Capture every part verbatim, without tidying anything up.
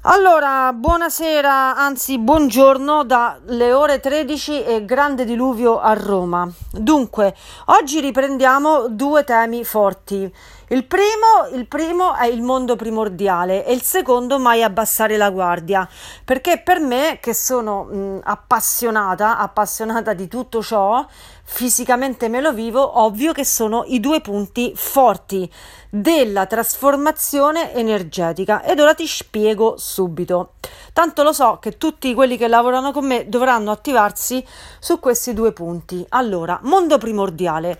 Allora, buonasera, anzi buongiorno dalle ore tredici e grande diluvio a Roma. Dunque, oggi riprendiamo due temi forti. Il primo, il primo è il mondo primordiale e il secondo mai abbassare la guardia, perché per me, che sono mh, appassionata, appassionata di tutto ciò, fisicamente me lo vivo, ovvio che sono i due punti forti della trasformazione energetica ed ora ti spiego subito. Tanto lo so che tutti quelli che lavorano con me dovranno attivarsi su questi due punti. Allora, mondo primordiale.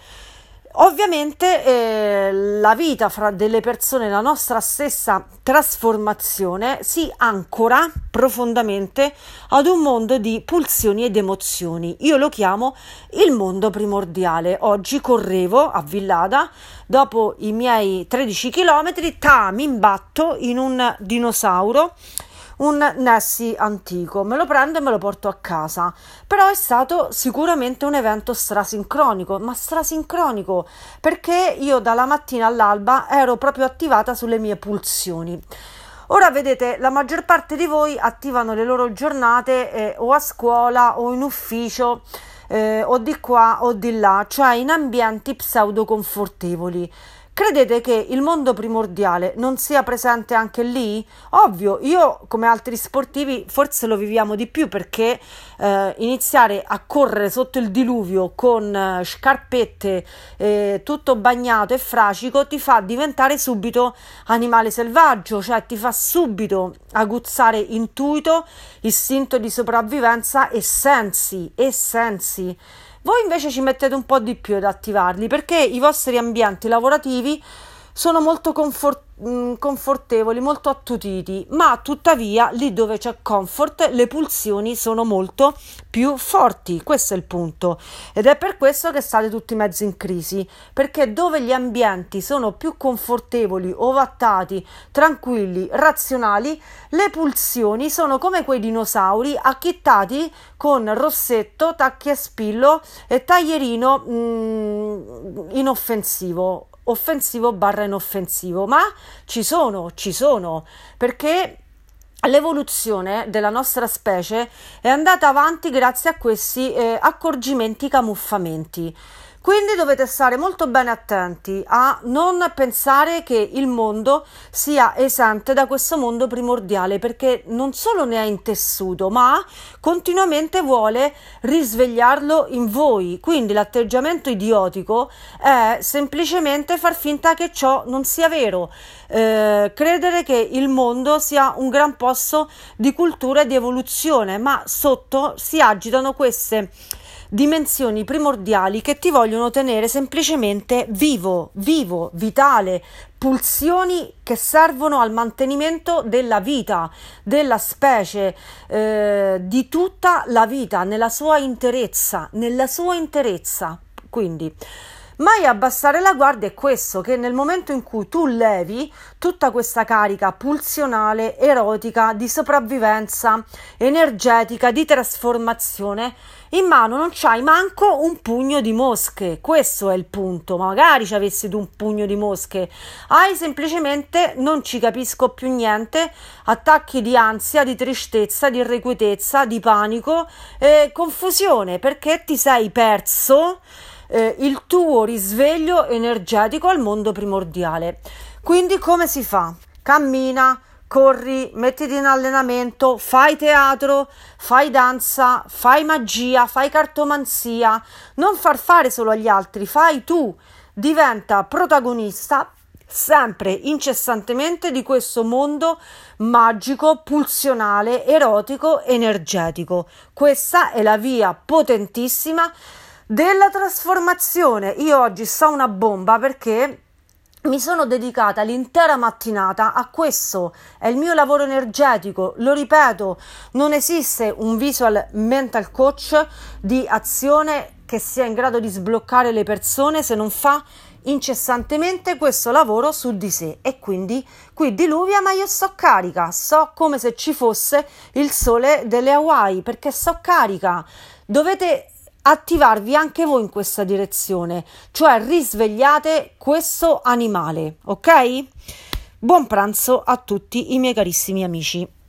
Ovviamente eh, la vita fra delle persone, la nostra stessa trasformazione si ancora profondamente ad un mondo di pulsioni ed emozioni. Io lo chiamo il mondo primordiale. Oggi correvo a Villada, dopo i miei tredici chilometri, ta, mi imbatto in un dinosauro, un Nessie antico, me lo prendo e me lo porto a casa. Però è stato sicuramente un evento strasincronico, ma strasincronico perché io dalla mattina all'alba ero proprio attivata sulle mie pulsioni. Ora vedete, la maggior parte di voi attivano le loro giornate eh, o a scuola o in ufficio, eh, o di qua o di là, cioè in ambienti pseudo confortevoli. Credete che il mondo primordiale non sia presente anche lì? Ovvio, io come altri sportivi forse lo viviamo di più perché eh, iniziare a correre sotto il diluvio con eh, scarpette eh, tutto bagnato e fracico ti fa diventare subito animale selvaggio, cioè ti fa subito aguzzare intuito, istinto di sopravvivenza e sensi, e sensi. Voi invece ci mettete un po' di più ad attivarli perché i vostri ambienti lavorativi sono molto confort- mh, confortevoli, molto attutiti, ma tuttavia lì dove c'è comfort le pulsioni sono molto più forti. Questo è il punto ed è per questo che state tutti mezzi in crisi, perché dove gli ambienti sono più confortevoli, ovattati, tranquilli, razionali, le pulsioni sono come quei dinosauri acchittati con rossetto, tacchi a spillo e taglierino mh, inoffensivo. offensivo barra inoffensivo, ma ci sono, ci sono, perché l'evoluzione della nostra specie è andata avanti grazie a questi eh, accorgimenti, camuffamenti. Quindi dovete stare molto bene attenti a non pensare che il mondo sia esente da questo mondo primordiale, perché non solo ne è intessuto, ma continuamente vuole risvegliarlo in voi. Quindi l'atteggiamento idiotico è semplicemente far finta che ciò non sia vero, eh, credere che il mondo sia un gran posto di cultura e di evoluzione, ma sotto si agitano queste dimensioni primordiali che ti vogliono tenere semplicemente vivo, vivo, vitale, pulsioni che servono al mantenimento della vita, della specie, eh, di tutta la vita, nella sua interezza, nella sua interezza. Quindi mai abbassare la guardia è questo, che nel momento in cui tu levi tutta questa carica pulsionale, erotica, di sopravvivenza, energetica, di trasformazione, in mano non c'hai manco un pugno di mosche. Questo è il punto. Magari ci avessi tu un pugno di mosche, hai semplicemente non ci capisco più niente, attacchi di ansia, di tristezza, di irrequietezza, di panico, eh, confusione, perché ti sei perso Eh, il tuo risveglio energetico al mondo primordiale. Quindi come si fa? Cammina, corri, mettiti in allenamento, fai teatro, fai danza, fai magia, fai cartomanzia, non far fare solo agli altri, fai tu, diventa protagonista sempre, incessantemente di questo mondo magico, pulsionale, erotico, energetico. Questa è la via potentissima della trasformazione. Io oggi sto una bomba perché mi sono dedicata l'intera mattinata a questo, è il mio lavoro energetico, lo ripeto, non esiste un visual mental coach di azione che sia in grado di sbloccare le persone se non fa incessantemente questo lavoro su di sé. E quindi qui diluvia, ma io sto carica, sto come se ci fosse il sole delle Hawaii, perché sto carica. Dovete attivarvi anche voi in questa direzione, cioè risvegliate questo animale, ok? Buon pranzo a tutti i miei carissimi amici.